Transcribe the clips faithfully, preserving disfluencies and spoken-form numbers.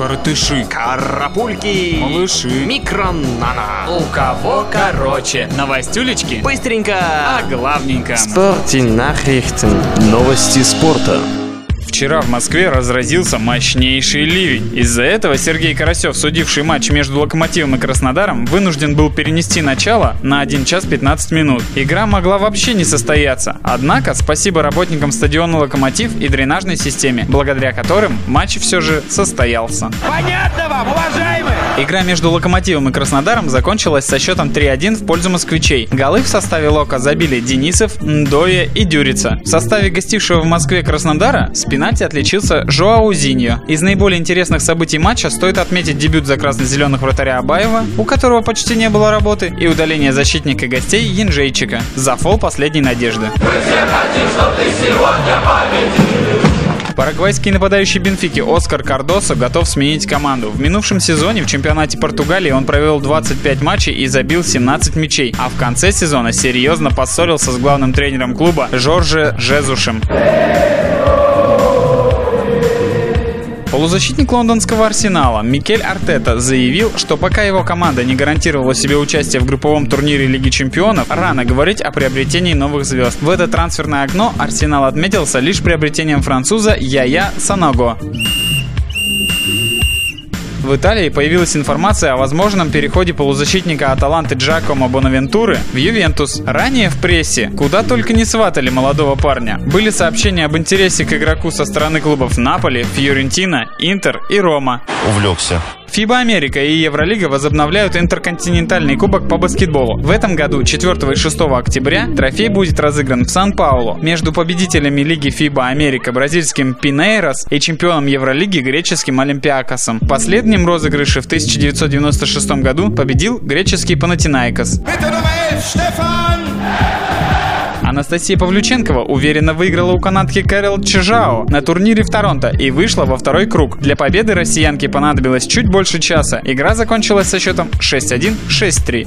коротыши, карапульки, малыши, микронано. У кого короче. Новостюлечки. Быстренько, а главненько. Спортнахрихтен. Новости спорта. Вчера в Москве разразился мощнейший ливень. Из-за этого Сергей Карасев, судивший матч между Локомотивом и Краснодаром, вынужден был перенести начало на один час пятнадцать минут. Игра могла вообще не состояться. Однако, спасибо работникам стадиона «Локомотив» и дренажной системе, благодаря которым матч все же состоялся. Понятно вам, уважаемые! Игра между Локомотивом и Краснодаром закончилась со счетом три один в пользу москвичей. Голы в составе Лока забили Денисов, Ндоя и Дюрица. В составе гостившего в Москве Краснодара с пенальти отличился Жоау Зиньо. Из наиболее интересных событий матча стоит отметить дебют за красно-зеленых вратаря Абаева, у которого почти не было работы, и удаление защитника гостей Янжейчика за фол последней надежды. Мы все хотим, чтоб ты сегодня победил. Парагвайский нападающий Бенфики Оскар Кардосо готов сменить команду. В минувшем сезоне в чемпионате Португалии он провел двадцать пять матчей и забил семнадцать мячей, а в конце сезона серьезно поссорился с главным тренером клуба Жорже Жезушем. Полузащитник лондонского Арсенала Микель Артета заявил, что пока его команда не гарантировала себе участие в групповом турнире Лиги Чемпионов, рано говорить о приобретении новых звезд. В это трансферное окно Арсенал отметился лишь приобретением француза Яя Саного. В Италии появилась информация о возможном переходе полузащитника Аталанты Джакомо Бонавентуры в Ювентус. Ранее в прессе куда только не сватали молодого парня. Были сообщения об интересе к игроку со стороны клубов Наполи, Фьорентина, Интер и Рома. Увлекся. ФИБА Америка и Евролига возобновляют интерконтинентальный кубок по баскетболу. В этом году, четвёртого и шестого октября, трофей будет разыгран в Сан-Паулу между победителями Лиги ФИБА Америка бразильским Пинейрос и чемпионом Евролиги греческим Олимпиакосом. В последнем розыгрыше в тысяча девятьсот девяносто шестом году победил греческий Панатинаикос. Анастасия Павлюченкова уверенно выиграла у канадки Кэрол Чжао на турнире в Торонто и вышла во второй круг. Для победы россиянке понадобилось чуть больше часа. Игра закончилась со счетом шесть один - шесть три.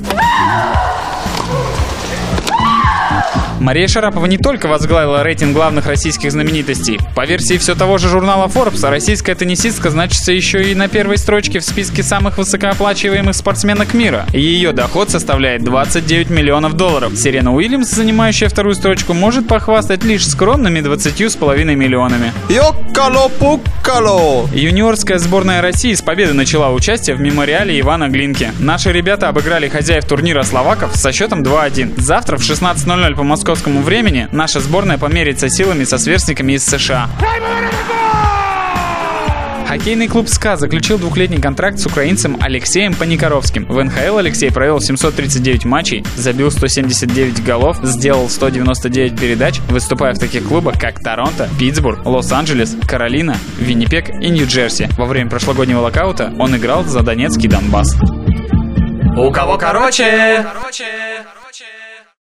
Мария Шарапова не только возглавила рейтинг главных российских знаменитостей. По версии все того же журнала Forbes, российская теннисистка значится еще и на первой строчке в списке самых высокооплачиваемых спортсменок мира. Ее доход составляет двадцать девять миллионов долларов. Серена Уильямс, занимающая вторую строчку, может похвастать лишь скромными двадцатью с половиной миллионами. Йоккало-пуккало! Юниорская сборная России с победы начала участие в мемориале Ивана Глинки. Наши ребята обыграли хозяев турнира словаков со счетом два один. Завтра в шестнадцать ноль ноль по московскому времени наша сборная померится силами со сверстниками из США. Хоккейный клуб «СКА» заключил двухлетний контракт с украинцем Алексеем Паникоровским. В эн ха эл Алексей провел семьсот тридцать девять матчей, забил сто семьдесят девять голов, сделал сто девяносто девять передач, выступая в таких клубах, как Торонто, Питтсбург, Лос-Анджелес, Каролина, Виннипег и Нью-Джерси. Во время прошлогоднего локаута он играл за Донецкий Донбасс. У кого короче?